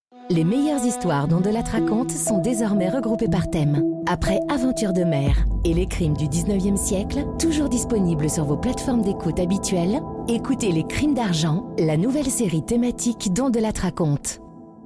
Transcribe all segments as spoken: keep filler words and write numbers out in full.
Les meilleures histoires dont Delat raconte sont désormais regroupées par thème. Après Aventures de mer et les crimes du dix-neuvième siècle, toujours disponibles sur vos plateformes d'écoute habituelles, écoutez Les Crimes d'argent, la nouvelle série thématique dont Delat raconte.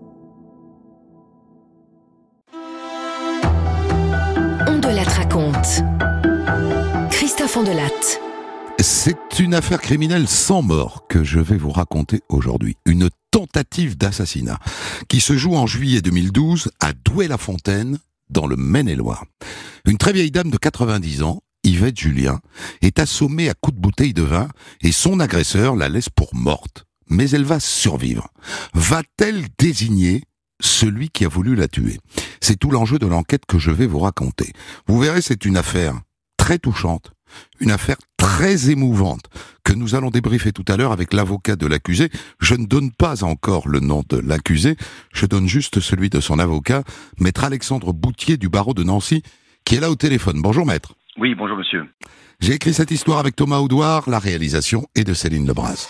On Delat raconte. Christophe Ondelat. C'est une affaire criminelle sans mort que je vais vous raconter aujourd'hui. Une tentative d'assassinat qui se joue en juillet deux mille douze à Douai-la-Fontaine, dans le Maine-et-Loire. Une très vieille dame de quatre-vingt-dix ans, Yvette Julien, est assommée à coups de bouteille de vin et son agresseur la laisse pour morte. Mais elle va survivre. Va-t-elle désigner celui qui a voulu la tuer ? C'est tout l'enjeu de l'enquête que je vais vous raconter. Vous verrez, c'est une affaire très touchante. Une affaire très émouvante que nous allons débriefer tout à l'heure avec l'avocat de l'accusé. Je ne donne pas encore le nom de l'accusé, je donne juste celui de son avocat, maître Alexandre Boutier du barreau de Nancy, qui est là au téléphone. Bonjour maître. Oui, bonjour monsieur. J'ai écrit cette histoire avec Thomas Audouard, la réalisation est de Céline Lebras.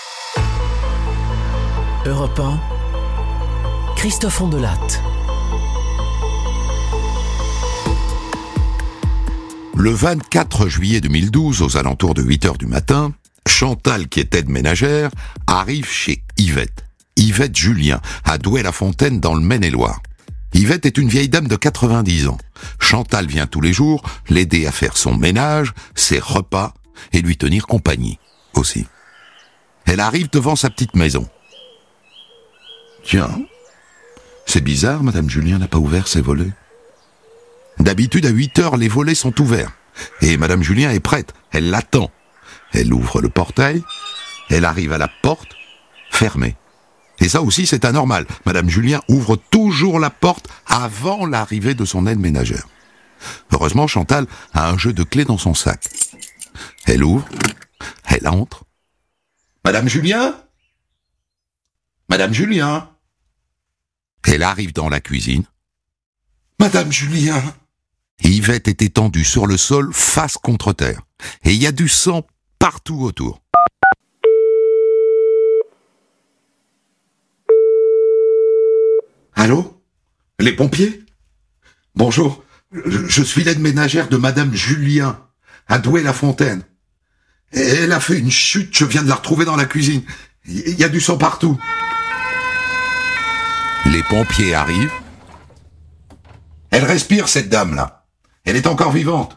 Europe un, Christophe Ondelat. Le vingt-quatre juillet deux mille douze, aux alentours de huit heures du matin, Chantal, qui est aide ménagère, arrive chez Yvette. Yvette Julien, à Douai-la-Fontaine dans le Maine-et-Loire. Yvette est une vieille dame de quatre-vingt-dix ans. Chantal vient tous les jours l'aider à faire son ménage, ses repas et lui tenir compagnie aussi. Elle arrive devant sa petite maison. Tiens, c'est bizarre, Madame Julien n'a pas ouvert ses volets. D'habitude, à huit heures, les volets sont ouverts. Et Madame Julien est prête. Elle l'attend. Elle ouvre le portail. Elle arrive à la porte, fermée. Et ça aussi, c'est anormal. Madame Julien ouvre toujours la porte avant l'arrivée de son aide ménagère. Heureusement, Chantal a un jeu de clés dans son sac. Elle ouvre. Elle entre. Madame Julien ? Madame Julien ? Elle arrive dans la cuisine. Madame Julien ? Yvette est étendue sur le sol, face contre terre. Et il y a du sang partout autour. Allô ? Les pompiers ? Bonjour, je, je suis l'aide ménagère de Madame Julien, à Douai-la-Fontaine. Elle a fait une chute, je viens de la retrouver dans la cuisine. Il y a du sang partout. Les pompiers arrivent. Elle respire, cette dame-là. Elle est encore vivante.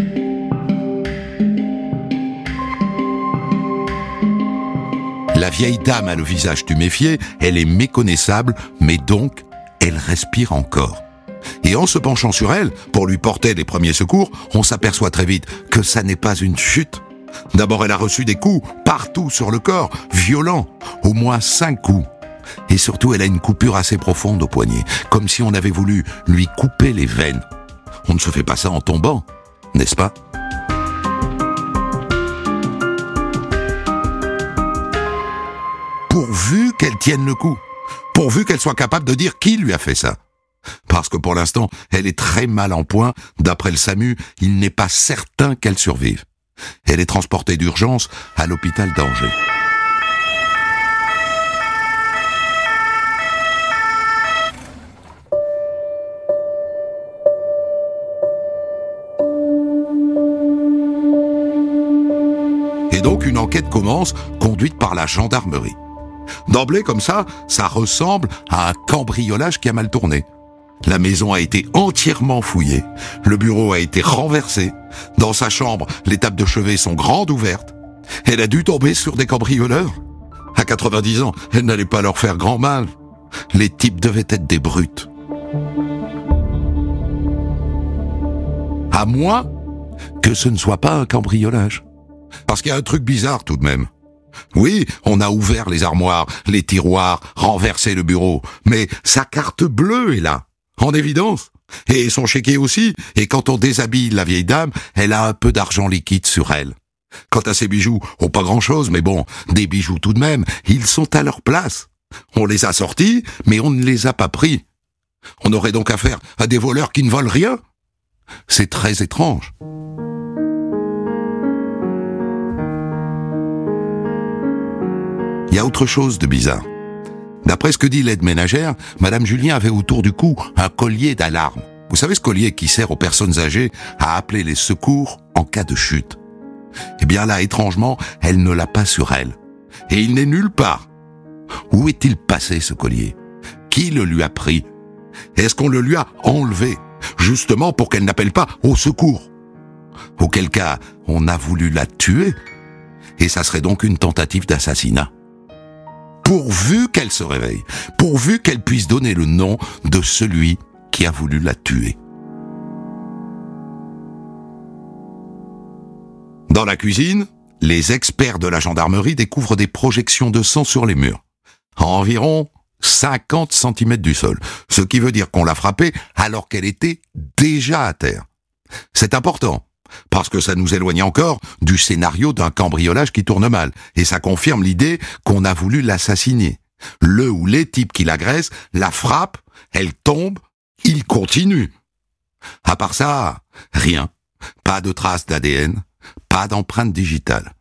La vieille dame a le visage tuméfié, elle est méconnaissable, mais donc, elle respire encore. Et en se penchant sur elle, pour lui porter les premiers secours, on s'aperçoit très vite que ça n'est pas une chute. D'abord, elle a reçu des coups, partout sur le corps, violents, au moins cinq coups. Et surtout, elle a une coupure assez profonde au poignet, comme si on avait voulu lui couper les veines. On ne se fait pas ça en tombant, n'est-ce pas ? Pourvu qu'elle tienne le coup, pourvu qu'elle soit capable de dire qui lui a fait ça. Parce que pour l'instant, elle est très mal en point. D'après le SAMU, il n'est pas certain qu'elle survive. Elle est transportée d'urgence à l'hôpital d'Angers. Et donc une enquête commence, conduite par la gendarmerie. D'emblée, comme ça, ça ressemble à un cambriolage qui a mal tourné. La maison a été entièrement fouillée, le bureau a été renversé, dans sa chambre, les tables de chevet sont grandes ouvertes. Elle a dû tomber sur des cambrioleurs. À quatre-vingt-dix ans, elle n'allait pas leur faire grand mal. Les types devaient être des brutes. À moins que ce ne soit pas un cambriolage. Parce qu'il y a un truc bizarre tout de même. Oui, on a ouvert les armoires, les tiroirs, renversé le bureau, mais sa carte bleue est là, en évidence. Et son chéquier aussi, et quand on déshabille la vieille dame, elle a un peu d'argent liquide sur elle. Quant à ses bijoux, oh pas grand-chose, mais bon, des bijoux tout de même, ils sont à leur place. On les a sortis, mais on ne les a pas pris. On aurait donc affaire à des voleurs qui ne volent rien. C'est très étrange. Il y a autre chose de bizarre. D'après ce que dit l'aide ménagère, Madame Julien avait autour du cou un collier d'alarme. Vous savez ce collier qui sert aux personnes âgées à appeler les secours en cas de chute? Eh bien là, étrangement, elle ne l'a pas sur elle. Et il n'est nulle part. Où est-il passé, ce collier? Qui le lui a pris? Est-ce qu'on le lui a enlevé, justement pour qu'elle n'appelle pas au secours? Auquel cas, on a voulu la tuer, et ça serait donc une tentative d'assassinat. Pourvu qu'elle se réveille, pourvu qu'elle puisse donner le nom de celui qui a voulu la tuer. Dans la cuisine, les experts de la gendarmerie découvrent des projections de sang sur les murs, à environ cinquante centimètres du sol, ce qui veut dire qu'on l'a frappée alors qu'elle était déjà à terre. C'est important, parce que ça nous éloigne encore du scénario d'un cambriolage qui tourne mal, et ça confirme l'idée qu'on a voulu l'assassiner. Le ou les types qui l'agressent la frappent, elle tombe, il continue. À part ça, rien. Pas de traces d'A D N, pas d'empreinte digitale.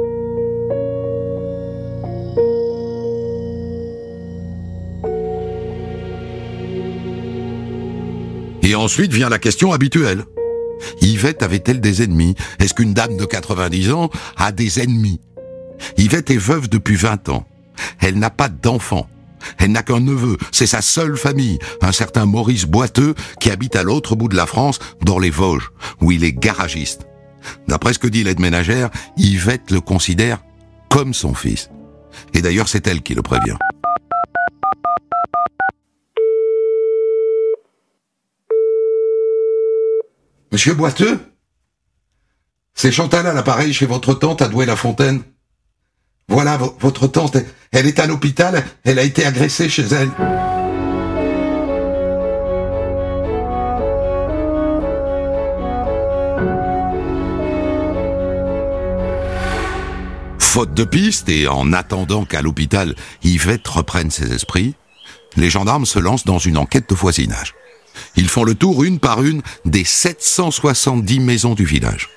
Et ensuite vient la question habituelle. Yvette avait-elle des ennemis? Est-ce qu'une dame de quatre-vingt-dix ans a des ennemis? Yvette est veuve depuis vingt ans. Elle n'a pas d'enfant. Elle n'a qu'un neveu. C'est sa seule famille, un certain Maurice Boiteux, qui habite à l'autre bout de la France, dans les Vosges, où il est garagiste. D'après ce que dit l'aide ménagère, Yvette le considère comme son fils. Et d'ailleurs, c'est elle qui le prévient. Monsieur Boiteux? C'est Chantal à l'appareil chez votre tante à Douai-la-Fontaine. Voilà, v- votre tante, elle est à l'hôpital, elle a été agressée chez elle. Faute de piste et en attendant qu'à l'hôpital, Yvette reprenne ses esprits, les gendarmes se lancent dans une enquête de voisinage. Ils font le tour une par une des sept cent soixante-dix maisons du village.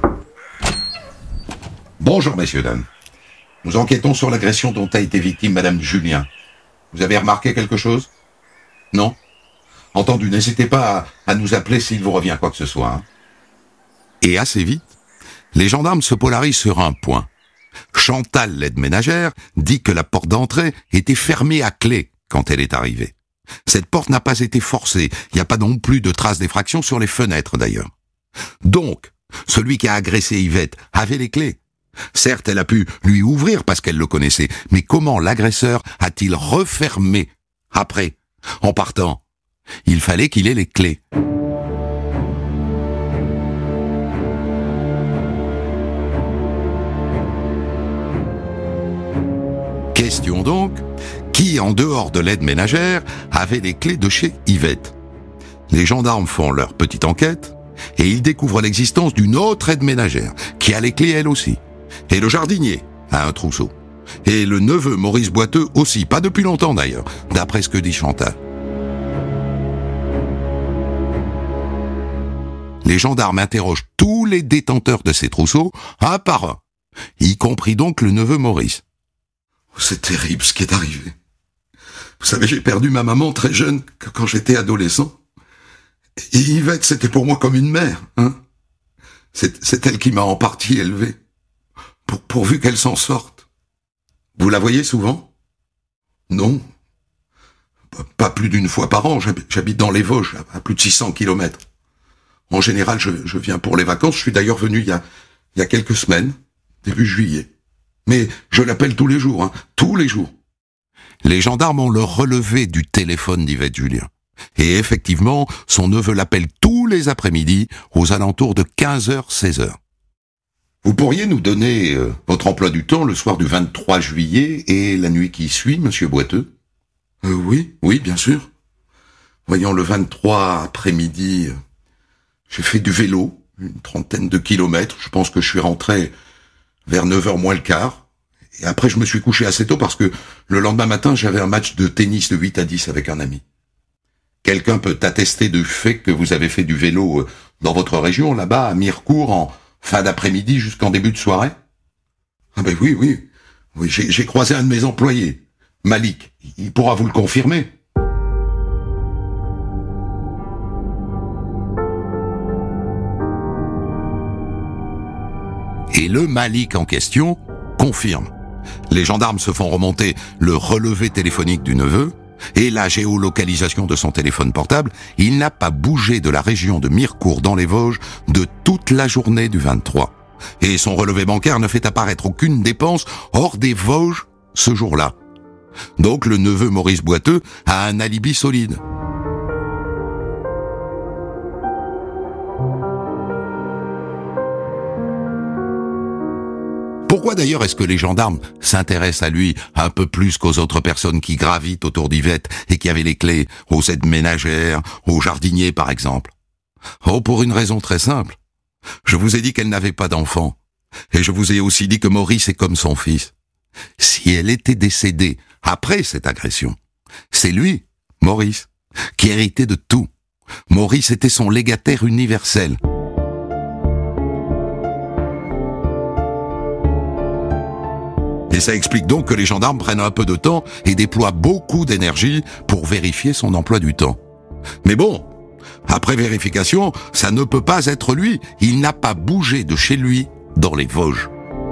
Bonjour, messieurs, dames. Nous enquêtons sur l'agression dont a été victime Madame Julien. Vous avez remarqué quelque chose? Non? Entendu, n'hésitez pas à, à nous appeler s'il vous revient quoi que ce soit. Hein. Et assez vite, les gendarmes se polarisent sur un point. Chantal, l'aide ménagère, dit que la porte d'entrée était fermée à clé quand elle est arrivée. Cette porte n'a pas été forcée, il n'y a pas non plus de traces d'effraction sur les fenêtres d'ailleurs. Donc, celui qui a agressé Yvette avait les clés. Certes, elle a pu lui ouvrir parce qu'elle le connaissait, mais comment l'agresseur a-t-il refermé après, en partant? Il fallait qu'il ait les clés. Question donc, qui, en dehors de l'aide ménagère, avait les clés de chez Yvette? Les gendarmes font leur petite enquête et ils découvrent l'existence d'une autre aide ménagère qui a les clés elle aussi. Et le jardinier a un trousseau. Et le neveu Maurice Boiteux aussi, pas depuis longtemps d'ailleurs, d'après ce que dit Chantal. Les gendarmes interrogent tous les détenteurs de ces trousseaux, un par un, y compris donc le neveu Maurice. C'est terrible ce qui est arrivé. Vous savez, j'ai perdu ma maman très jeune, quand j'étais adolescent. Et Yvette, c'était pour moi comme une mère, hein. C'est, c'est elle qui m'a en partie élevé. Pour, pourvu qu'elle s'en sorte. Vous la voyez souvent? Non. Pas plus d'une fois par an. J'habite, j'habite dans les Vosges, à plus de six cents kilomètres. En général, je, je viens pour les vacances. Je suis d'ailleurs venu il y a, il y a quelques semaines, début juillet. Mais je l'appelle tous les jours, hein, tous les jours. Les gendarmes ont le relevé du téléphone d'Yvette Julien. Et effectivement, son neveu l'appelle tous les après-midi, aux alentours de quinze heures, seize heures. Vous pourriez nous donner euh, votre emploi du temps le soir du vingt-trois juillet et la nuit qui suit, monsieur Boiteux? euh, Oui, oui, bien sûr. Voyons, le vingt-trois après-midi, euh, j'ai fait du vélo, une trentaine de kilomètres. Je pense que je suis rentré vers neuf heures moins le quart. Et après, je me suis couché assez tôt parce que le lendemain matin, j'avais un match de tennis de huit à dix avec un ami. Quelqu'un peut attester du fait que vous avez fait du vélo dans votre région, là-bas, à Mirecourt, en fin d'après-midi jusqu'en début de soirée? Ah ben oui, oui. Oui, j'ai, j'ai croisé un de mes employés. Malik, il pourra vous le confirmer. Et le Malik en question confirme. Les gendarmes se font remonter le relevé téléphonique du neveu et la géolocalisation de son téléphone portable. Il n'a pas bougé de la région de Mirecourt dans les Vosges de toute la journée du vingt-trois. Et son relevé bancaire ne fait apparaître aucune dépense hors des Vosges ce jour-là. Donc le neveu Maurice Boiteux a un alibi solide. Pourquoi d'ailleurs est-ce que les gendarmes s'intéressent à lui un peu plus qu'aux autres personnes qui gravitent autour d'Yvette et qui avaient les clés, aux aides ménagères, aux jardiniers par exemple? Oh, pour une raison très simple. Je vous ai dit qu'elle n'avait pas d'enfant. Et je vous ai aussi dit que Maurice est comme son fils. Si elle était décédée après cette agression, c'est lui, Maurice, qui héritait de tout. Maurice était son légataire universel. Et ça explique donc que les gendarmes prennent un peu de temps et déploient beaucoup d'énergie pour vérifier son emploi du temps. Mais bon, après vérification, ça ne peut pas être lui. Il n'a pas bougé de chez lui dans les Vosges.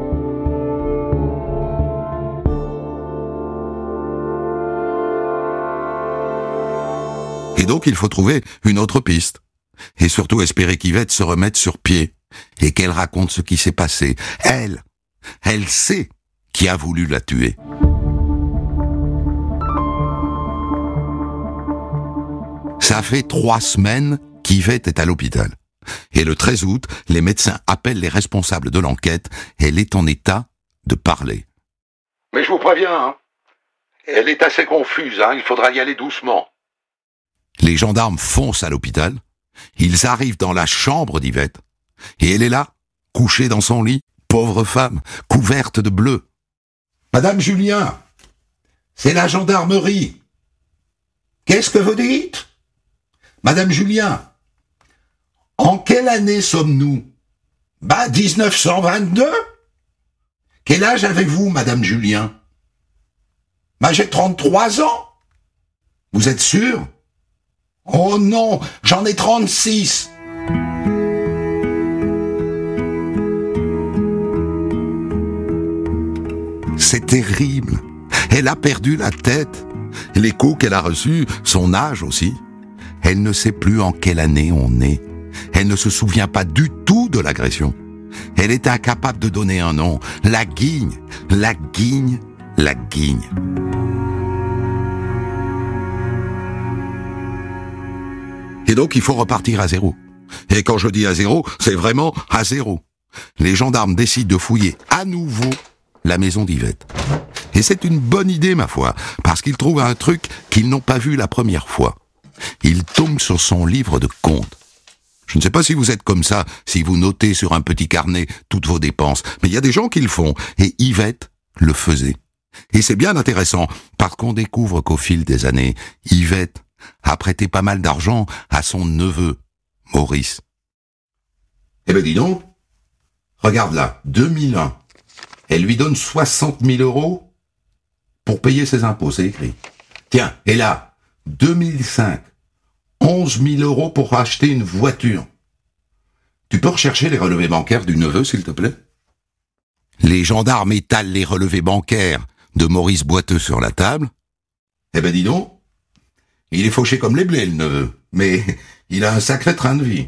Et donc il faut trouver une autre piste. Et surtout espérer qu'Yvette se remette sur pied et qu'elle raconte ce qui s'est passé. Elle, elle sait qui a voulu la tuer. Ça fait trois semaines qu'Yvette est à l'hôpital. Et le treize août, les médecins appellent les responsables de l'enquête. Elle est en état de parler. Mais je vous préviens, hein, elle est assez confuse, hein, il faudra y aller doucement. Les gendarmes foncent à l'hôpital. Ils arrivent dans la chambre d'Yvette. Et elle est là, couchée dans son lit, pauvre femme, couverte de bleu. Madame Julien, c'est la gendarmerie. Qu'est-ce que vous dites? Madame Julien, en quelle année sommes-nous? Bah, dix-neuf cent vingt-deux. Quel âge avez-vous, Madame Julien? Bah, j'ai trente-trois ans. Vous êtes sûr? Oh non, j'en ai trente-six. C'est terrible. Elle a perdu la tête. Les coups qu'elle a reçus, son âge aussi. Elle ne sait plus en quelle année on est. Elle ne se souvient pas du tout de l'agression. Elle est incapable de donner un nom. La Guigne, la Guigne, la Guigne. Et donc il faut repartir à zéro. Et quand je dis à zéro, c'est vraiment à zéro. Les gendarmes décident de fouiller à nouveau la maison d'Yvette. Et c'est une bonne idée, ma foi, parce qu'ils trouvent un truc qu'ils n'ont pas vu la première fois. Ils tombent sur son livre de comptes. Je ne sais pas si vous êtes comme ça, si vous notez sur un petit carnet toutes vos dépenses, mais il y a des gens qui le font, et Yvette le faisait. Et c'est bien intéressant, parce qu'on découvre qu'au fil des années, Yvette a prêté pas mal d'argent à son neveu, Maurice. Eh ben dis donc, regarde là, deux mille un. Elle lui donne soixante mille euros pour payer ses impôts, c'est écrit. Tiens, et là, deux mille cinq, onze mille euros pour acheter une voiture. Tu peux rechercher les relevés bancaires du neveu, s'il te plaît? Les gendarmes étalent les relevés bancaires de Maurice Boiteux sur la table. Eh ben dis donc, il est fauché comme les blés, le neveu, mais il a un sacré train de vie.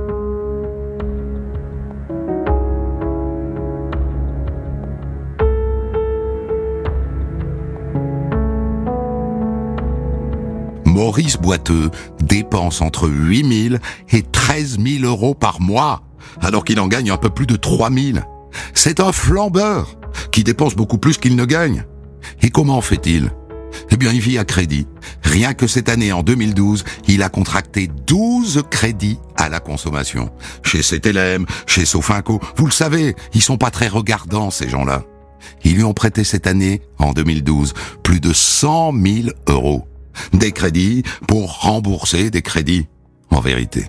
Maurice Boiteux dépense entre huit mille et treize mille euros par mois, alors qu'il en gagne un peu plus de trois mille. C'est un flambeur qui dépense beaucoup plus qu'il ne gagne. Et comment fait-il? Eh bien, il vit à crédit. Rien que cette année, en deux mille douze, il a contracté douze crédits à la consommation. Chez C T L M, chez Sofinco. Vous le savez, ils sont pas très regardants, ces gens-là. Ils lui ont prêté cette année, en deux mille douze, plus de cent mille euros. Des crédits pour rembourser des crédits, en vérité.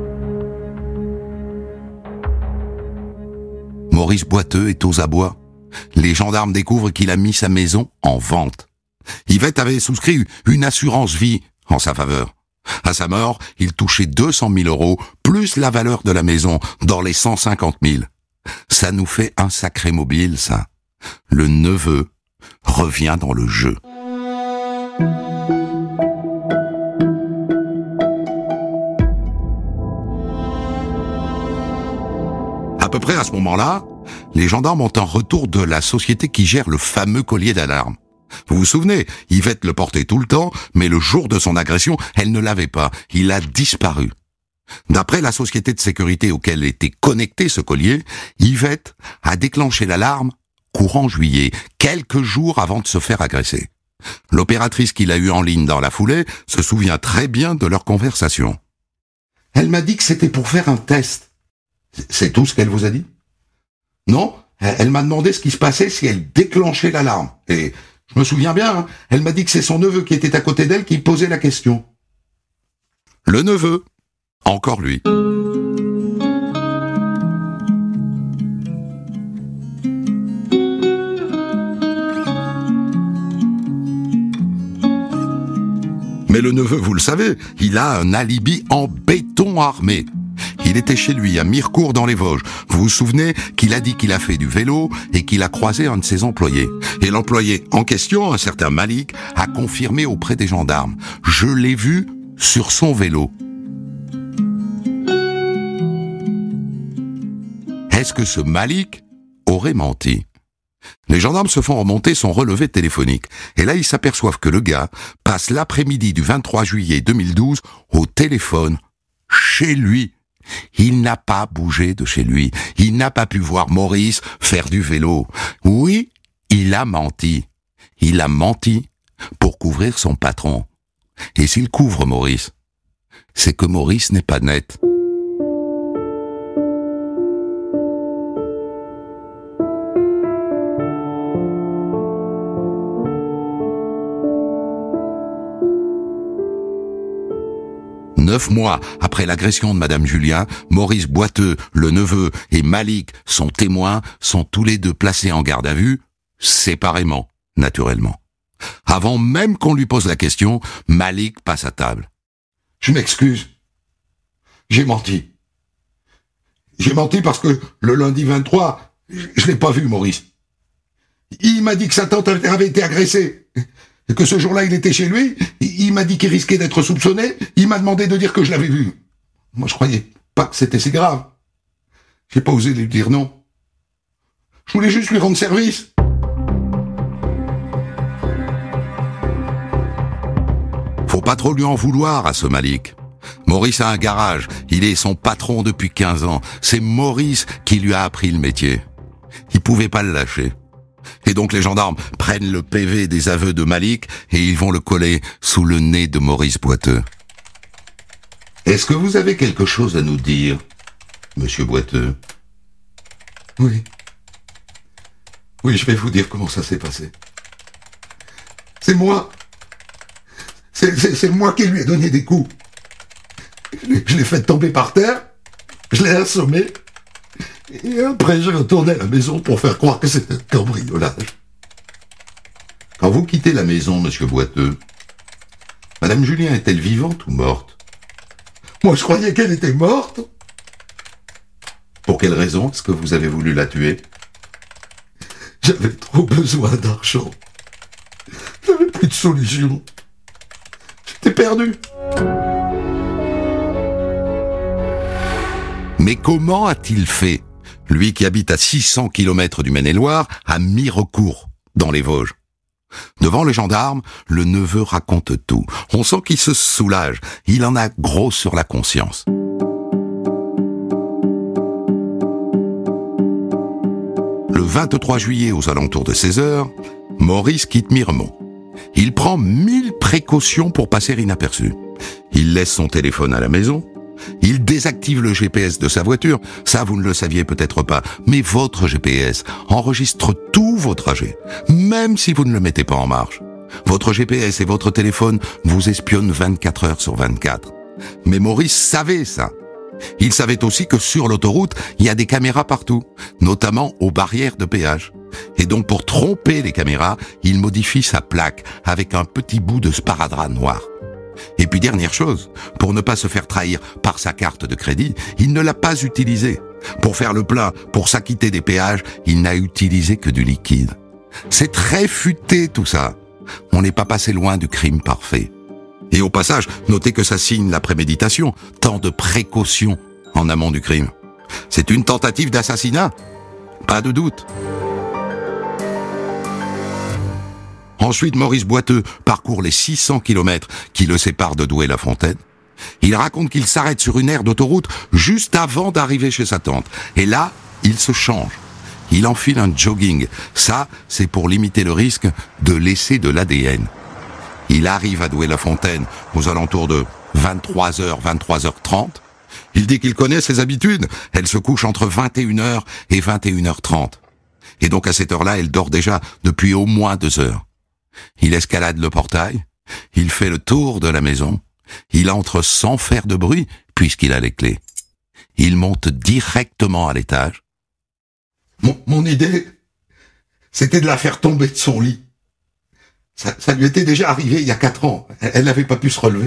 Maurice Boiteux est aux abois. Les gendarmes découvrent qu'il a mis sa maison en vente. Yvette avait souscrit une assurance vie en sa faveur. À sa mort, il touchait deux cent mille euros, plus la valeur de la maison, dans les cent cinquante mille. Ça nous fait un sacré mobile, ça. Le neveu revient dans le jeu. À peu près à ce moment-là, les gendarmes ont un retour de la société qui gère le fameux collier d'alarme. Vous vous souvenez, Yvette le portait tout le temps, mais le jour de son agression, elle ne l'avait pas. Il a disparu. D'après la société de sécurité auquel était connecté ce collier, Yvette a déclenché l'alarme courant juillet, quelques jours avant de se faire agresser. L'opératrice qu'il a eue en ligne dans la foulée se souvient très bien de leur conversation. Elle m'a dit que c'était pour faire un test. C'est tout ce qu'elle vous a dit? Non, elle m'a demandé ce qui se passait si elle déclenchait l'alarme. Et je me souviens bien, hein, elle m'a dit que c'est son neveu qui était à côté d'elle qui posait la question. Le neveu, encore lui. Mais le neveu, vous le savez, il a un alibi en béton armé. Il était chez lui, à Mirecourt dans les Vosges. Vous vous souvenez qu'il a dit qu'il a fait du vélo et qu'il a croisé un de ses employés. Et l'employé en question, un certain Malik, a confirmé auprès des gendarmes. Je l'ai vu sur son vélo. Est-ce que ce Malik aurait menti ? Les gendarmes se font remonter son relevé téléphonique. Et là, ils s'aperçoivent que le gars passe l'après-midi du vingt-trois juillet deux mille douze au téléphone chez lui. Il n'a pas bougé de chez lui. Il n'a pas pu voir Maurice faire du vélo. Oui, il a menti. Il a menti pour couvrir son patron. Et s'il couvre Maurice, c'est que Maurice n'est pas net. Neuf mois après l'agression de Madame Julien, Maurice Boiteux, le neveu, et Malik, son témoin, sont tous les deux placés en garde à vue, séparément, naturellement. Avant même qu'on lui pose la question, Malik passe à table. Je m'excuse. J'ai menti. J'ai menti parce que le lundi vingt-trois, je l'ai pas vu, Maurice. Il m'a dit que sa tante avait été agressée. Et que ce jour-là, il était chez lui, il m'a dit qu'il risquait d'être soupçonné, il m'a demandé de dire que je l'avais vu. Moi, je croyais pas que c'était si grave. J'ai pas osé lui dire non. Je voulais juste lui rendre service. Faut pas trop lui en vouloir à ce Malik. Maurice a un garage, il est son patron depuis quinze ans. C'est Maurice qui lui a appris le métier. Il pouvait pas le lâcher. Et donc les gendarmes prennent le P V des aveux de Malik et ils vont le coller sous le nez de Maurice Boiteux. Est-ce que vous avez quelque chose à nous dire, monsieur Boiteux? Oui. Oui, je vais vous dire comment ça s'est passé. C'est moi. C'est, c'est, c'est moi qui lui ai donné des coups. Je l'ai, je l'ai fait tomber par terre, je l'ai assommé. Et après, j'ai retourné à la maison pour faire croire que c'était un cambriolage. Quand vous quittez la maison, monsieur Boiteux, Madame Julien est-elle vivante ou morte? Moi, je croyais qu'elle était morte. Pour quelle raison est-ce que vous avez voulu la tuer? J'avais trop besoin d'argent. J'avais plus de solution. J'étais perdu. Mais comment a-t-il fait, lui qui habite à six cents kilomètres du Maine-et-Loire, à Mirecourt, dans les Vosges? Devant les gendarmes, le neveu raconte tout. On sent qu'il se soulage. Il en a gros sur la conscience. Le vingt-trois juillet, aux alentours de seize heures, Maurice quitte Miremont. Il prend mille précautions pour passer inaperçu. Il laisse son téléphone à la maison. Il désactive le G P S de sa voiture. Ça, vous ne le saviez peut-être pas. Mais votre G P S enregistre tous vos trajets, même si vous ne le mettez pas en marche. Votre G P S et votre téléphone vous espionnent vingt-quatre heures sur vingt-quatre. Mais Maurice savait ça. Il savait aussi que sur l'autoroute, il y a des caméras partout, notamment aux barrières de péage. Et donc pour tromper les caméras, il modifie sa plaque avec un petit bout de sparadrap noir. Et puis dernière chose, pour ne pas se faire trahir par sa carte de crédit, il ne l'a pas utilisée. Pour faire le plein, pour s'acquitter des péages, il n'a utilisé que du liquide. C'est très futé tout ça. On n'est pas passé loin du crime parfait. Et au passage, notez que ça signe la préméditation, tant de précautions en amont du crime. C'est une tentative d'assassinat, pas de doute. Ensuite, Maurice Boiteux parcourt les six cents kilomètres qui le séparent de Douai-la-Fontaine. Il raconte qu'il s'arrête sur une aire d'autoroute juste avant d'arriver chez sa tante. Et là, il se change. Il enfile un jogging. Ça, c'est pour limiter le risque de laisser de l'A D N. Il arrive à Douai-la-Fontaine aux alentours de vingt-trois heures, vingt-trois heures trente. Il dit qu'il connaît ses habitudes. Elle se couche entre vingt et une heures et vingt et une heures trente. Et donc à cette heure-là, elle dort déjà depuis au moins deux heures. Il escalade le portail, il fait le tour de la maison, il entre sans faire de bruit puisqu'il a les clés. Il monte directement à l'étage. Mon, mon idée, c'était de la faire tomber de son lit. Ça, ça lui était déjà arrivé il y a quatre ans. Elle n'avait pas pu se relever.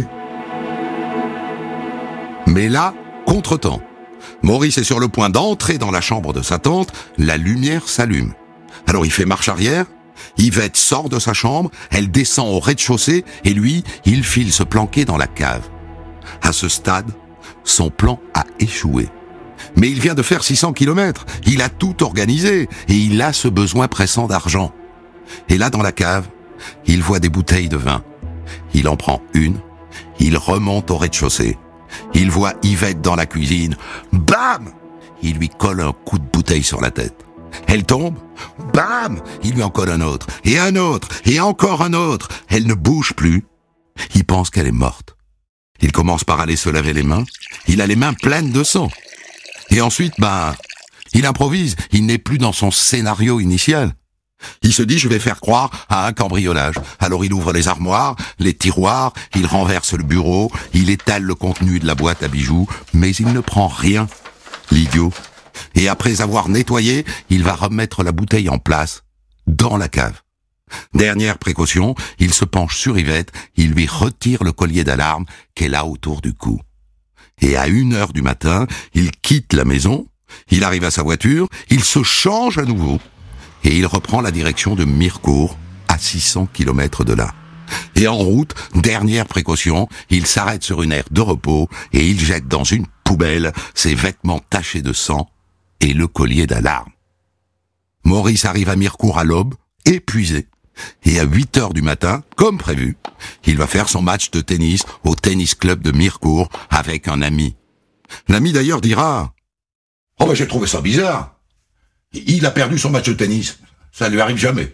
Mais là, contretemps. Maurice est sur le point d'entrer dans la chambre de sa tante, la lumière s'allume. Alors il fait marche arrière, Yvette sort de sa chambre, elle descend au rez-de-chaussée et lui, il file se planquer dans la cave. À ce stade, son plan a échoué. Mais il vient de faire six cents kilomètres, il a tout organisé et il a ce besoin pressant d'argent. Et là, dans la cave, il voit des bouteilles de vin. Il en prend une, il remonte au rez-de-chaussée. Il voit Yvette dans la cuisine. Bam! Il lui colle un coup de bouteille sur la tête. Elle tombe. Bam! Il lui en colle un autre. Et un autre. Et encore un autre. Elle ne bouge plus. Il pense qu'elle est morte. Il commence par aller se laver les mains. Il a les mains pleines de sang. Et ensuite, ben, il improvise. Il n'est plus dans son scénario initial. Il se dit, je vais faire croire à un cambriolage. Alors il ouvre les armoires, les tiroirs, il renverse le bureau, il étale le contenu de la boîte à bijoux, mais il ne prend rien, l'idiot. Et après avoir nettoyé, il va remettre la bouteille en place, dans la cave. Dernière précaution, il se penche sur Yvette, il lui retire le collier d'alarme qu'elle a autour du cou. Et à une heure du matin, il quitte la maison, il arrive à sa voiture, il se change à nouveau. Et il reprend la direction de Mirecourt, à six cents kilomètres de là. Et en route, dernière précaution, il s'arrête sur une aire de repos et il jette dans une poubelle ses vêtements tachés de sang et le collier d'alarme. Maurice arrive à Mirecourt à l'aube, épuisé. Et à huit heures du matin, comme prévu, il va faire son match de tennis au tennis club de Mirecourt avec un ami. L'ami d'ailleurs dira « Oh ben j'ai trouvé ça bizarre. Il a perdu son match de tennis. Ça lui arrive jamais. »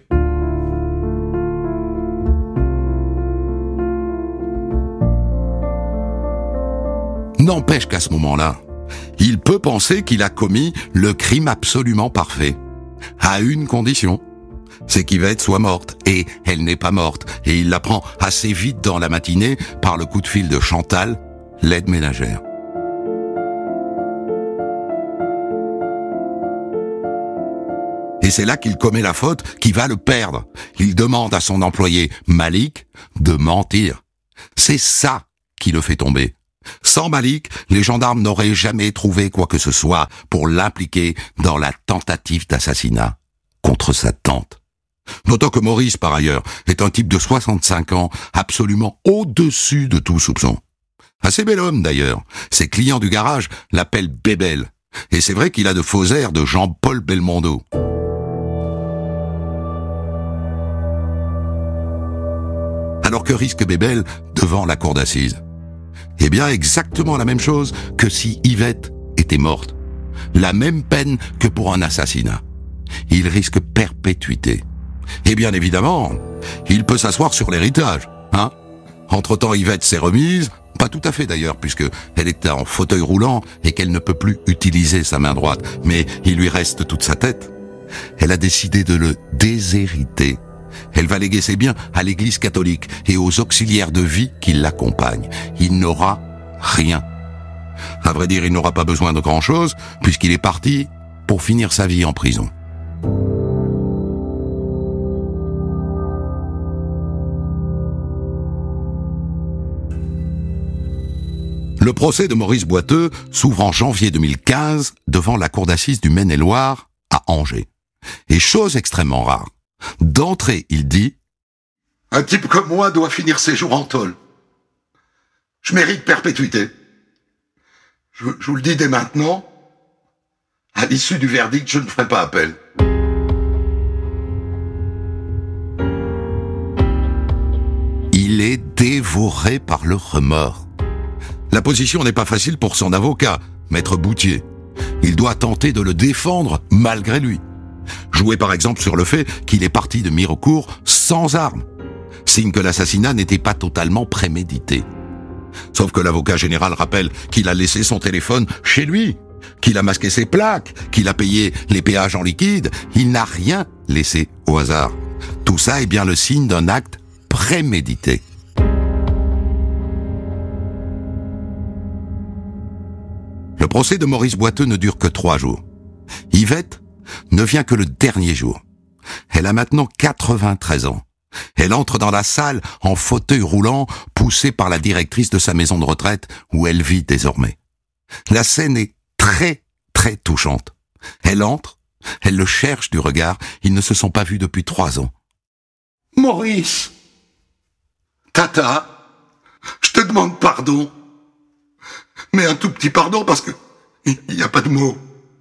N'empêche qu'à ce moment-là, il peut penser qu'il a commis le crime absolument parfait. À une condition, c'est qu'Yvette soit morte. Et elle n'est pas morte. Et il l'apprend assez vite dans la matinée par le coup de fil de Chantal, l'aide ménagère. Et c'est là qu'il commet la faute qui va le perdre. Il demande à son employé, Malik, de mentir. C'est ça qui le fait tomber. Sans Malik, les gendarmes n'auraient jamais trouvé quoi que ce soit pour l'impliquer dans la tentative d'assassinat contre sa tante. Notons que Maurice, par ailleurs, est un type de soixante-cinq ans, absolument au-dessus de tout soupçon. Assez bel homme d'ailleurs. Ses clients du garage l'appellent Bébel. Et c'est vrai qu'il a de faux airs de Jean-Paul Belmondo. Alors que risque Bébel devant la cour d'assises? Eh bien, exactement la même chose que si Yvette était morte. La même peine que pour un assassinat. Il risque perpétuité. Et bien évidemment, il peut s'asseoir sur l'héritage, hein. Entre-temps, Yvette s'est remise, pas tout à fait d'ailleurs, puisque elle est en fauteuil roulant et qu'elle ne peut plus utiliser sa main droite, mais il lui reste toute sa tête. Elle a décidé de le déshériter. Elle va léguer ses biens à l'église catholique et aux auxiliaires de vie qui l'accompagnent. Il n'aura rien. À vrai dire, il n'aura pas besoin de grand-chose, puisqu'il est parti pour finir sa vie en prison. Le procès de Maurice Boiteux s'ouvre en janvier deux mille quinze devant la cour d'assises du Maine-et-Loire à Angers. Et chose extrêmement rare, d'entrée, il dit « Un type comme moi doit finir ses jours en tôle. Je mérite perpétuité. Je, je vous le dis dès maintenant, à l'issue du verdict, je ne ferai pas appel. » Il est dévoré par le remords. La position n'est pas facile pour son avocat, Maître Boutier. Il doit tenter de le défendre malgré lui. Jouer par exemple sur le fait qu'il est parti de Mirecourt sans armes, signe que l'assassinat n'était pas totalement prémédité. Sauf que l'avocat général rappelle qu'il a laissé son téléphone chez lui, qu'il a masqué ses plaques, qu'il a payé les péages en liquide. Il n'a rien laissé au hasard. Tout ça est bien le signe d'un acte prémédité. Le procès de Maurice Boiteux ne dure que trois jours. Yvette ne vient que le dernier jour. Elle a maintenant quatre-vingt-treize ans. Elle entre dans la salle en fauteuil roulant, poussée par la directrice de sa maison de retraite où elle vit désormais. La scène est très, très touchante. Elle entre, elle le cherche du regard, ils ne se sont pas vus depuis trois ans. « Maurice, Tata, je te demande pardon. Mais un tout petit pardon parce que il n'y a pas de mots.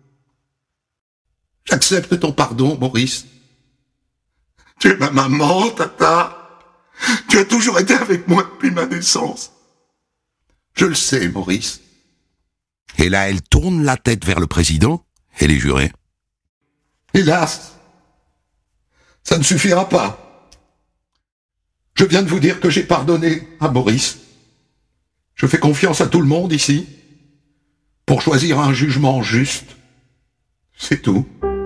J'accepte ton pardon, Maurice. Tu es ma maman, Tata. Tu as toujours été avec moi depuis ma naissance. Je le sais, Maurice. » Et là, elle tourne la tête vers le président et les jurés. « Hélas, ça ne suffira pas. Je viens de vous dire que j'ai pardonné à Maurice. Je fais confiance à tout le monde ici pour choisir un jugement juste. C'est tout. »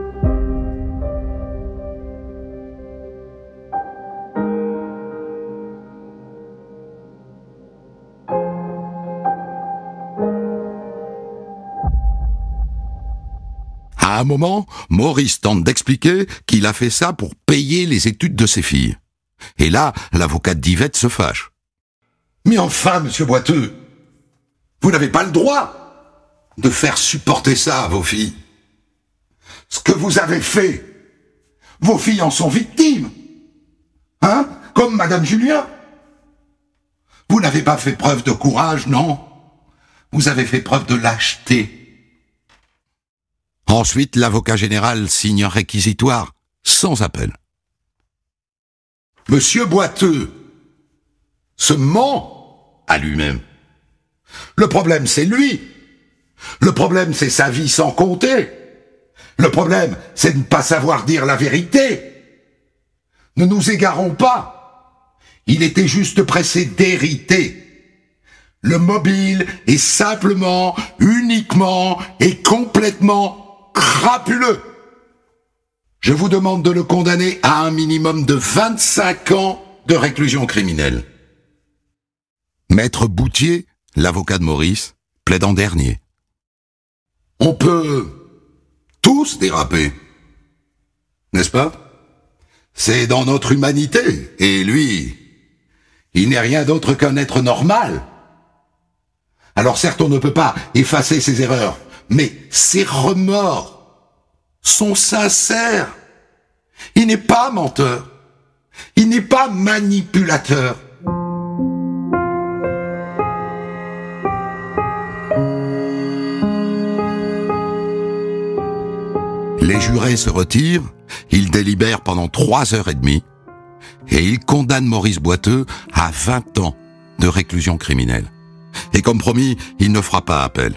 À un moment, Maurice tente d'expliquer qu'il a fait ça pour payer les études de ses filles. Et là, l'avocate d'Yvette se fâche. « Mais enfin, monsieur Boiteux, vous n'avez pas le droit de faire supporter ça à vos filles. Ce que vous avez fait, vos filles en sont victimes. Hein? Comme Madame Julien. Vous n'avez pas fait preuve de courage, non? Vous avez fait preuve de lâcheté. » Ensuite, l'avocat général signe un réquisitoire sans appel. Monsieur Boiteux se ment à lui-même. Le problème, c'est lui. Le problème, c'est sa vie sans compter. Le problème, c'est de ne pas savoir dire la vérité. Ne nous égarons pas. Il était juste pressé d'hériter. Le mobile est simplement, uniquement et complètement crapuleux. Je vous demande de le condamner à un minimum de vingt-cinq ans de réclusion criminelle. Maître Boutier, l'avocat de Maurice, plaide en dernier. On peut tous déraper, n'est-ce pas? C'est dans notre humanité, et lui, il n'est rien d'autre qu'un être normal. Alors certes, on ne peut pas effacer ses erreurs, mais ses remords sont sincères. Il n'est pas menteur. Il n'est pas manipulateur. Les jurés se retirent, ils délibèrent pendant trois heures et demie, et ils condamnent Maurice Boiteux à vingt ans de réclusion criminelle. Et comme promis, il ne fera pas appel.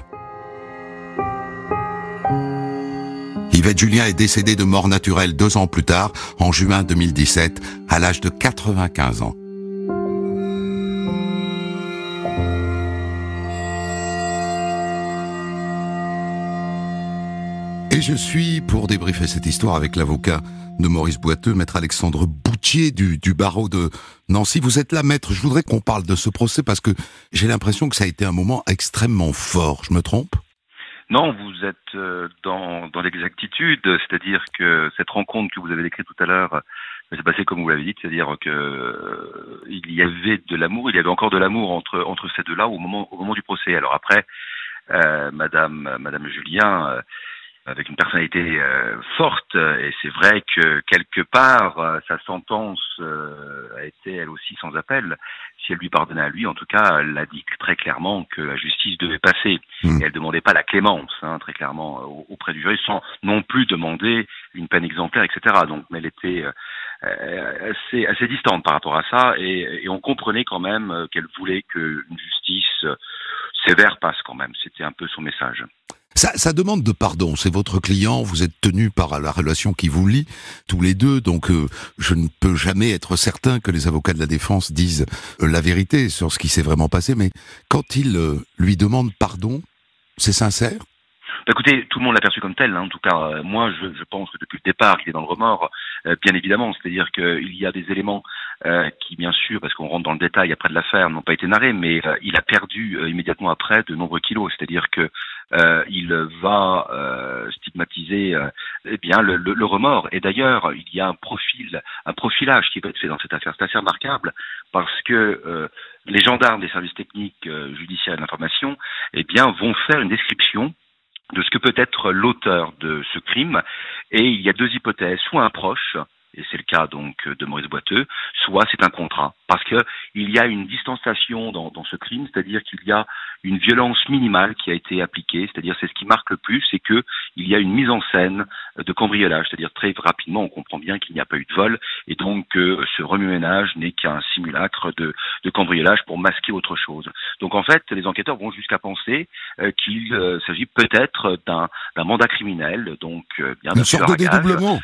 Yvette Julien est décédée de mort naturelle deux ans plus tard, en juin deux mille dix-sept, à l'âge de quatre-vingt-quinze ans. Et Et je suis pour débriefer cette histoire avec l'avocat de Maurice Boiteux, maître Alexandre Boutier du, du barreau de Nancy. Vous êtes là, maître. Je voudrais qu'on parle de ce procès parce que j'ai l'impression que ça a été un moment extrêmement fort. Je me trompe ? Non, vous êtes euh, dans, dans l'exactitude, c'est-à-dire que cette rencontre que vous avez décrite tout à l'heure s'est passée comme vous l'avez dit, c'est-à-dire que euh, il y avait de l'amour, il y avait encore de l'amour entre entre ces deux-là au moment au moment du procès. Alors après, euh, Madame Madame Julien, euh, avec une personnalité euh, forte, et c'est vrai que quelque part euh, sa sentence euh, a été elle aussi sans appel. Si elle lui pardonnait à lui, en tout cas, elle a dit très clairement que la justice devait passer. Mmh. Et elle demandait pas la clémence, hein, très clairement, auprès du jury, sans non plus demander une peine exemplaire, et cetera. Donc, mais elle était euh, assez, assez distante par rapport à ça, et, et on comprenait quand même qu'elle voulait qu'une justice sévère passe quand même. C'était un peu son message. Ça, ça demande de pardon, c'est votre client, vous êtes tenu par la relation qui vous lie, tous les deux, donc euh, je ne peux jamais être certain que les avocats de la défense disent euh, la vérité sur ce qui s'est vraiment passé, mais quand il euh, lui demande pardon, c'est sincère ? Bah écoutez, tout le monde l'a perçu comme tel, hein. En tout cas, euh, moi je, je pense que depuis le départ, il est dans le remords, euh, bien évidemment, c'est-à-dire qu'il y a des éléments euh, qui, bien sûr, parce qu'on rentre dans le détail après de l'affaire, n'ont pas été narrés, mais euh, il a perdu euh, immédiatement après de nombreux kilos, c'est-à-dire que euh, il va euh, stigmatiser euh, eh bien le, le, le remords. Et d'ailleurs, il y a un profil, un profilage qui va être fait dans cette affaire. C'est assez remarquable parce que euh, les gendarmes des services techniques euh, judiciaires et de l'information, eh bien, vont faire une description de ce que peut être l'auteur de ce crime. Et il y a deux hypothèses, soit un proche, et c'est le cas donc de Maurice Boiteux, soit c'est un contrat. Parce que il y a une distanciation dans, dans ce crime, c'est-à-dire qu'il y a une violence minimale qui a été appliquée, c'est-à-dire c'est ce qui marque le plus, c'est que il y a une mise en scène de cambriolage, c'est-à-dire très rapidement on comprend bien qu'il n'y a pas eu de vol, et donc euh, ce remue-ménage n'est qu'un simulacre de, de cambriolage pour masquer autre chose. Donc en fait, les enquêteurs vont jusqu'à penser euh, qu'il euh, s'agit peut-être d'un, d'un mandat criminel, donc euh, bien une sorte de dédoublement.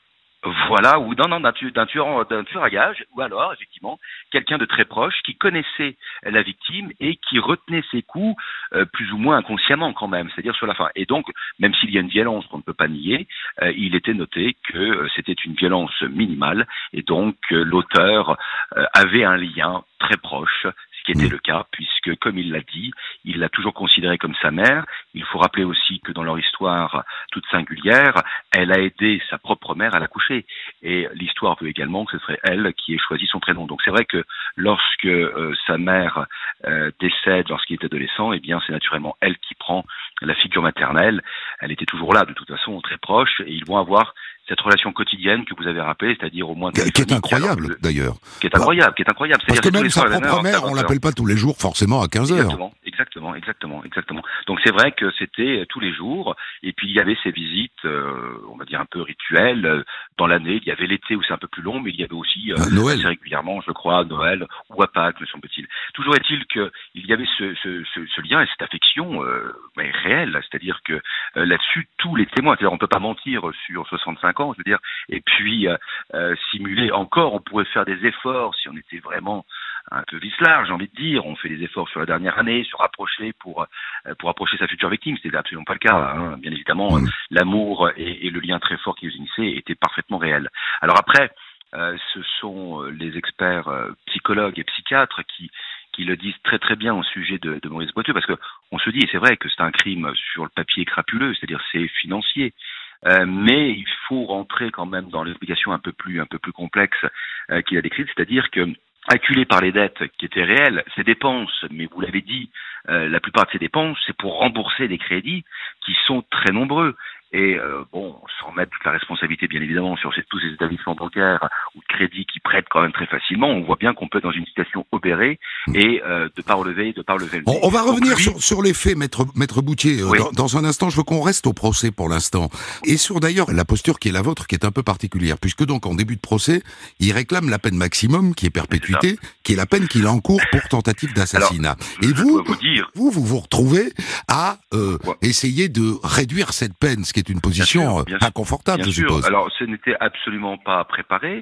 Voilà, ou non, non, d'un tueur, d'un tueur, d'un tueur à gage, ou alors, effectivement, quelqu'un de très proche qui connaissait la victime et qui retenait ses coups euh, plus ou moins inconsciemment quand même, c'est-à-dire sur la fin. Et donc, même s'il y a une violence qu'on ne peut pas nier, euh, il était noté que euh, c'était une violence minimale et donc euh, l'auteur euh, avait un lien très proche, ce qui était le cas, puisque, comme il l'a dit, il l'a toujours considéré comme sa mère. Il faut rappeler aussi que dans leur histoire toute singulière, elle a aidé sa propre mère à l'accoucher. Et l'histoire veut également que ce serait elle qui ait choisi son prénom. Donc c'est vrai que lorsque euh, sa mère euh, décède lorsqu'il est adolescent, eh bien c'est naturellement elle qui prend la figure maternelle. Elle était toujours là, de toute façon, très proche, et ils vont avoir cette relation quotidienne que vous avez rappelée, c'est-à-dire au moins... Qui est incroyable, alors, d'ailleurs. Qui est incroyable, qui est incroyable. Parce que même sa propre mère, on l'appelle pas tous les jours forcément à quinze heures. Exactement, exactement, exactement, exactement. Donc c'est vrai que c'était tous les jours, et puis il y avait ces visites, euh, on va dire un peu rituelles, euh, dans l'année. Il y avait l'été où c'est un peu plus long, mais il y avait aussi euh, Noël. assez régulièrement, je crois, à Noël ou à Pâques, me semble-t-il. Toujours est-il que il y avait ce, ce, ce, ce lien et cette affection euh, mais réelle, c'est-à-dire que euh, là-dessus, tous les témoins, c'est-à-dire on peut pas mentir sur soixante-cinq ans, je veux dire, et puis euh, euh, simuler encore, on pourrait faire des efforts si on était vraiment un peu vicelard, j'ai envie de dire. On fait des efforts sur la dernière année, se rapprocher pour euh, pour approcher sa future victime. C'était absolument pas le cas, hein. Bien évidemment, mmh. l'amour et, et le lien très fort qui les unissait étaient parfaitement réels. Alors après, euh, ce sont les experts euh, psychologues et psychiatres qui qui le disent très très bien au sujet de, de Maurice Boiteux, parce que on se dit, et c'est vrai que c'est un crime sur le papier crapuleux, c'est-à-dire c'est financier. Euh, mais il faut rentrer quand même dans l'explication un peu plus un peu plus complexe euh, qu'il a décrite, c'est-à-dire que acculé par les dettes qui étaient réelles, ces dépenses, mais vous l'avez dit, euh, la plupart de ces dépenses, c'est pour rembourser des crédits qui sont très nombreux. Et euh, bon, sans mettre toute la responsabilité, bien évidemment, sur ces, tous ces établissements bancaires ou de crédit qui prêtent quand même très facilement, on voit bien qu'on peut être dans une situation obérée et euh, de pas relever, de pas relever le On, on va revenir lui... sur, sur les faits, maître, maître Boutier. Oui. Dans, dans un instant, je veux qu'on reste au procès pour l'instant. Et sur d'ailleurs la posture qui est la vôtre, qui est un peu particulière, puisque donc en début de procès, il réclame la peine maximum, qui est perpétuité, qui est la peine qu'il encourt pour tentative d'assassinat. Alors, et vous, vous, dire... vous, vous vous retrouvez à euh, essayer de réduire cette peine, ce qui est une position bien sûr, bien inconfortable, bien je suppose. Alors, ce n'était absolument pas préparé.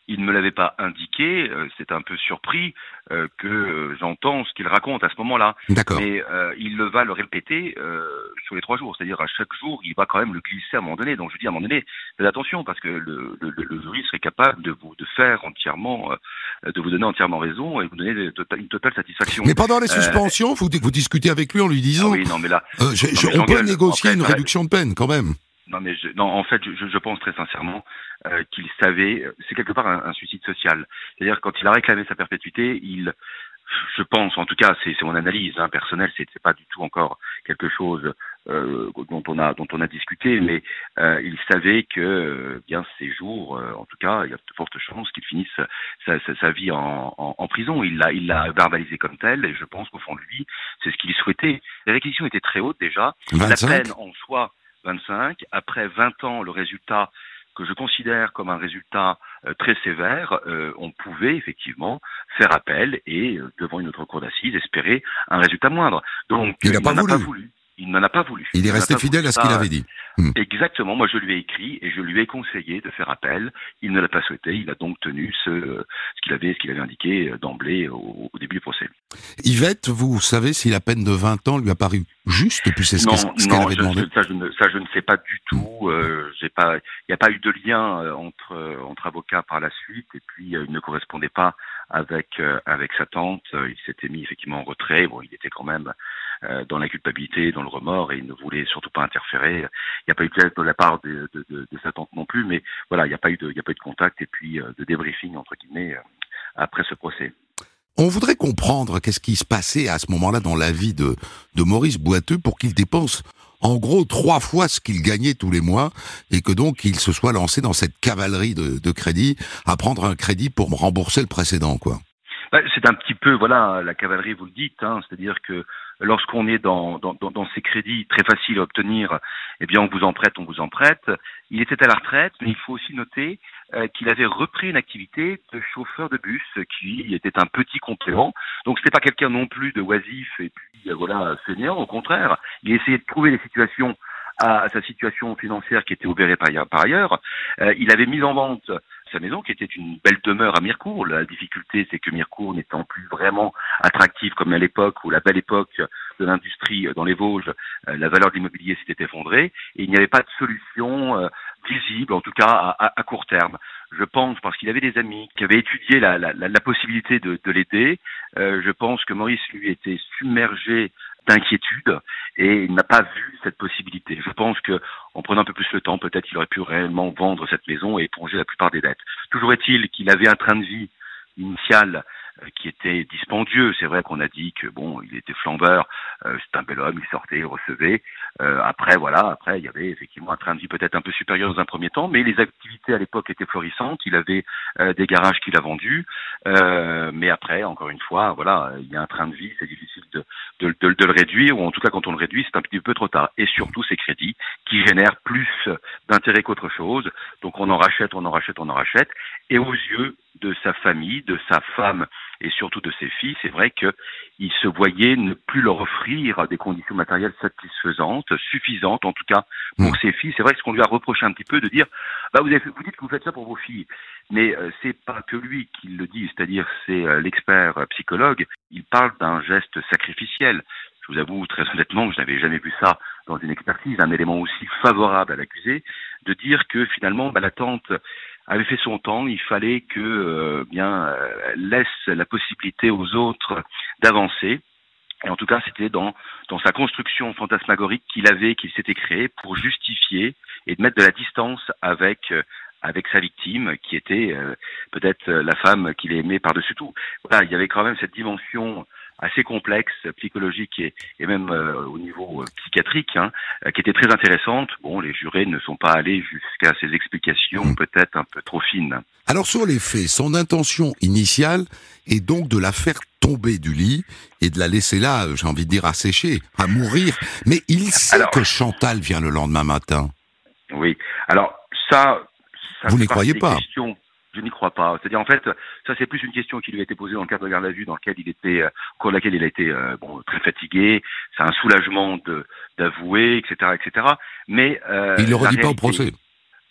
il ne me l'avait pas indiqué. Euh, c'est un peu surpris euh, que euh, j'entends ce qu'il raconte à ce moment-là. D'accord. Mais euh, il le va le répéter euh, sur les trois jours. C'est-à-dire à chaque jour, il va quand même le glisser à un moment donné. Donc je dis à un moment donné, faites attention parce que le, le, le jury serait capable de vous de faire entièrement, euh, de vous donner entièrement raison et vous donner de, de, une totale satisfaction. Mais pendant les Euh, suspensions, vous, vous discutez avec lui en lui disant, ah oui, non mais là, euh, je- non, je- mais on peut j'engueule. négocier En fait, une ouais. réduction de peine quand même. Non mais je, non, en fait, je, je pense très sincèrement euh, qu'il savait, c'est quelque part un, un suicide social. C'est-à-dire quand il a réclamé sa perpétuité, il, je pense, en tout cas, c'est, c'est mon analyse hein, personnelle, c'est, c'est pas du tout encore quelque chose euh, dont on a dont on a discuté, mais euh, il savait que euh, bien ces jours, euh, en tout cas, il y a de fortes chances qu'il finisse sa, sa, sa vie en, en, en prison. Il l'a il l'a verbalisé comme tel, et je pense qu'au fond de lui, c'est ce qu'il souhaitait. Les réquisitions étaient très hautes déjà. vingt-cinq La peine en soi, vingt-cinq. Après vingt ans, le résultat que je considère comme un résultat euh, très sévère, euh, on pouvait effectivement faire appel et, euh, devant une autre cour d'assises, espérer un résultat moindre. Donc, Il n'a pas n'en a voulu. pas voulu. Il n'en a pas voulu. Il est n'en a resté pas fidèle voulu. à ce qu'il Ça, avait dit. Hmm. Exactement. Moi, je lui ai écrit et je lui ai conseillé de faire appel. Il ne l'a pas souhaité. Il a donc tenu ce, ce qu'il avait, ce qu'il avait indiqué d'emblée au, au début du procès. Yvette, vous savez si la peine de vingt ans lui a paru juste, puis c'est ce, Non, qu'est- ce qu'elle non, avait je, demandé. je- ça, je ne, ça je ne sais pas du tout. Euh, j'ai pas, il n'y a pas eu de lien euh, entre euh, entre avocats par la suite, et puis euh, il ne correspondait pas avec euh, avec sa tante. Euh, il s'était mis effectivement en retrait. Bon, il était quand même euh, dans la culpabilité, dans le remords, et il ne voulait surtout pas interférer. Il n'y a pas eu de geste de la part de, de, de, de sa tante non plus, mais voilà, il n'y a pas eu de, il n'y a pas eu de contact et puis euh, de débriefing entre guillemets euh, après ce procès. On voudrait comprendre qu'est-ce qui se passait à ce moment-là dans la vie de, de Maurice Boiteux pour qu'il dépense en gros trois fois ce qu'il gagnait tous les mois et que donc il se soit lancé dans cette cavalerie de, de crédit à prendre un crédit pour rembourser le précédent, quoi. Bah, c'est un petit peu, voilà, la cavalerie, vous le dites, hein, c'est-à-dire que lorsqu'on est dans, dans, dans, dans ces crédits très faciles à obtenir, eh bien, on vous en prête, on vous en prête. Il était à la retraite, mais il faut aussi noter euh, qu'il avait repris une activité de chauffeur de bus qui était un petit complément. Donc, c'était pas quelqu'un non plus de oisif et puis, euh, voilà, fainéant. Au contraire, il essayait de trouver des situations à, à sa situation financière qui était obérée par, par ailleurs. Euh, il avait mis en vente sa maison, qui était une belle demeure à Mirecourt. La difficulté, c'est que Mirecourt n'étant plus vraiment attractive comme à l'époque, ou la belle époque de l'industrie dans les Vosges, euh, la valeur de l'immobilier s'était effondrée, et il n'y avait pas de solution euh, visible, en tout cas à, à, à court terme. Je pense, parce qu'il avait des amis qui avaient étudié la, la, la, la possibilité de, de l'aider, euh, je pense que Maurice, lui, était submergé d'inquiétude et il n'a pas vu cette possibilité. Je pense que en prenant un peu plus le temps, peut-être qu'il aurait pu réellement vendre cette maison et éponger la plupart des dettes. Toujours est-il qu'il avait un train de vie initial euh, qui était dispendieux. C'est vrai qu'on a dit que bon, il était flambeur, euh, c'est un bel homme, il sortait, il recevait. Euh, après, voilà, après, il y avait effectivement un train de vie peut-être un peu supérieur dans un premier temps, mais les activités à l'époque étaient florissantes. Il avait euh, des garages qu'il a vendus, euh, mais après, encore une fois, voilà, il y a un train de vie, c'est difficile de, de, de, de le réduire, ou en tout cas, quand on le réduit, c'est un petit peu trop tard. Et surtout, ces crédits qui génèrent plus d'intérêt qu'autre chose. Donc, on en rachète, on en rachète, on en rachète. Et aux yeux de sa famille, de sa femme et surtout de ses filles, c'est vrai qu'il se voyait ne plus leur offrir des conditions matérielles satisfaisantes, suffisantes en tout cas pour mmh. ses filles. C'est vrai que ce qu'on lui a reproché un petit peu de dire, bah vous, avez, vous dites que vous faites ça pour vos filles, mais euh, c'est pas que lui qui le dit, c'est-à-dire c'est euh, l'expert euh, psychologue. Il parle d'un geste sacrificiel. Je vous avoue très honnêtement que je n'avais jamais vu ça dans une expertise, un élément aussi favorable à l'accusé, de dire que finalement bah, la tante avait fait son temps, il fallait que euh, bien euh, laisse la possibilité aux autres d'avancer. Et en tout cas, c'était dans dans sa construction fantasmagorique qu'il avait, qu'il s'était créé pour justifier et de mettre de la distance avec euh, avec sa victime, qui était euh, peut-être la femme qu'il aimait par-dessus tout. Voilà, il y avait quand même cette dimension assez complexe, psychologique et, et même euh, au niveau euh, psychiatrique, hein, euh, qui était très intéressante. Bon, les jurés ne sont pas allés jusqu'à ces explications mmh. peut-être un peu trop fines. Alors sur les faits, son intention initiale est donc de la faire tomber du lit et de la laisser là, j'ai envie de dire, assécher, à mourir. Mais il sait alors, que Chantal vient le lendemain matin. Oui, alors ça... ça Vous n'y croyez pas? Questions. Je n'y crois pas. C'est-à-dire, en fait, ça c'est plus une question qui lui a été posée dans le cadre de garde à vue, dans lequel il était, euh, au cours de laquelle il a été euh, bon, très fatigué. C'est un soulagement de, d'avouer, et cetera, et cetera. Mais euh, il le redit pas au procès.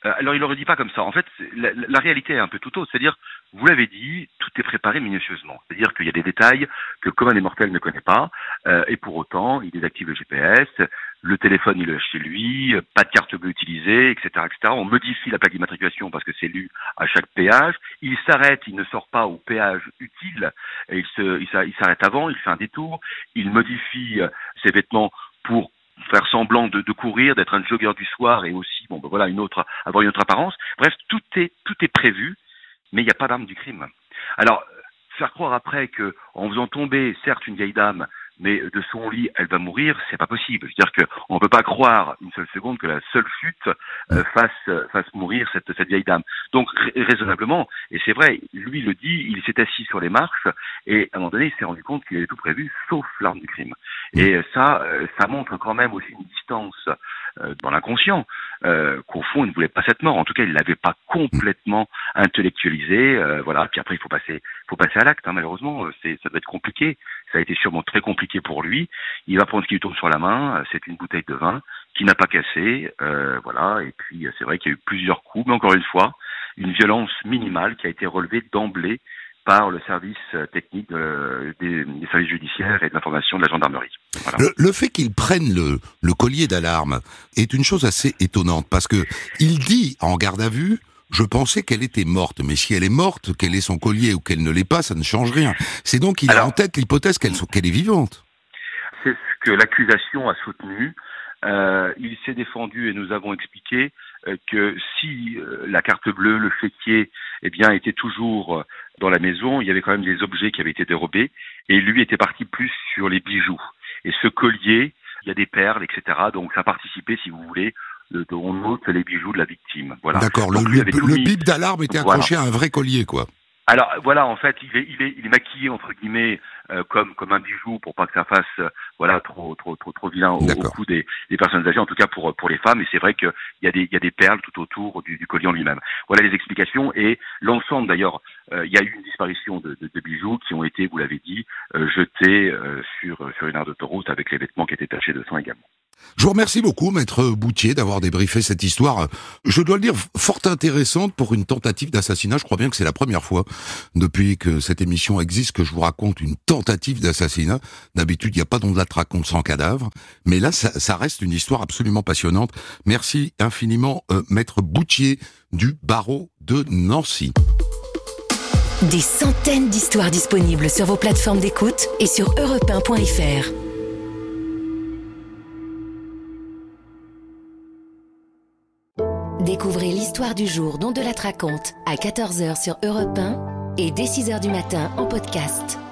Euh, alors il aurait dit pas comme ça. En fait, la, la réalité est un peu tout autre. C'est-à-dire, vous l'avez dit, tout est préparé minutieusement. C'est-à-dire qu'il y a des détails que le commun des mortels ne connaît pas, euh, et pour autant, il désactive le G P S, le téléphone il est chez lui, pas de carte bleue utilisée, et cetera, et cetera. On modifie la plaque d'immatriculation parce que c'est lu à chaque péage. Il s'arrête, il ne sort pas au péage utile, et il se, il, il s'arrête avant, il fait un détour, il modifie ses vêtements pour faire semblant de, de courir, d'être un jogger du soir et aussi, bon, ben voilà, une autre, avoir une autre apparence. Bref, tout est, tout est prévu, mais il n'y a pas d'arme du crime. Alors, faire croire après que, en faisant tomber, certes, une vieille dame, mais de son lit, elle va mourir, c'est pas possible. C'est-à-dire qu'on ne peut pas croire une seule seconde que la seule chute euh, fasse, fasse mourir cette, cette vieille dame. Donc, raisonnablement, et c'est vrai, lui le dit, il s'est assis sur les marches, et à un moment donné, il s'est rendu compte qu'il avait tout prévu, sauf l'arme du crime. Et ça, ça montre quand même aussi une distance euh, dans l'inconscient, euh, qu'au fond, il ne voulait pas cette mort. En tout cas, il ne l'avait pas complètement intellectualisé. Euh, voilà. Puis après, il faut passer, faut passer à l'acte. Hein, malheureusement, c'est, ça doit être compliqué. Ça a été sûrement très compliqué pour lui. Il va prendre ce qui lui tombe sur la main. C'est une bouteille de vin qui n'a pas cassé. Euh, voilà. Et puis, c'est vrai qu'il y a eu plusieurs coups, mais encore une fois, une violence minimale qui a été relevée d'emblée par le service technique de, des, des services judiciaires et de l'information de la gendarmerie. Voilà. Le, le fait qu'il prenne le, le collier d'alarme est une chose assez étonnante, parce que il dit en garde à vue, je pensais qu'elle était morte, mais si elle est morte, qu'elle ait son collier ou qu'elle ne l'ait pas, ça ne change rien. C'est donc qu'il a en tête l'hypothèse qu'elle, qu'elle est vivante. C'est ce que l'accusation a soutenu. Euh, il s'est défendu et nous avons expliqué euh, que si euh, la carte bleue, le chéquier, eh bien, était toujours euh, dans la maison, il y avait quand même des objets qui avaient été dérobés, et lui était parti plus sur les bijoux. Et ce collier, il y a des perles, et cetera. Donc ça participait, si vous voulez, de, de, on note les bijoux de la victime. Voilà. D'accord. Donc, le, le, le bip d'alarme était accroché voilà. à un vrai collier, quoi. Alors voilà, en fait, il est, il est, il est maquillé entre guillemets euh, comme comme un bijou pour pas que ça fasse euh, voilà trop trop trop trop vilain au, au cou des, des personnes âgées, en tout cas pour pour les femmes. Et c'est vrai qu'il y a des il y a des perles tout autour du, du collier en lui-même. Voilà les explications et l'ensemble d'ailleurs. Euh, il y a eu une disparition de, de, de bijoux qui ont été, vous l'avez dit, euh, jetés euh, sur sur une aire d'autoroute avec les vêtements qui étaient tachés de sang également. Je vous remercie beaucoup, maître Boutier, d'avoir débriefé cette histoire, je dois le dire, fort intéressante pour une tentative d'assassinat. Je crois bien que c'est la première fois depuis que cette émission existe que je vous raconte une tentative d'assassinat. D'habitude, il n'y a pas d'on de la raconte sans cadavre. Mais là, ça, ça reste une histoire absolument passionnante. Merci infiniment, euh, maître Boutier du barreau de Nancy. Des centaines d'histoires disponibles sur vos plateformes d'écoute et sur europe un point f r. Découvrez l'histoire du jour dont Delattre raconte à quatorze heures sur Europe un et dès six heures du matin en podcast.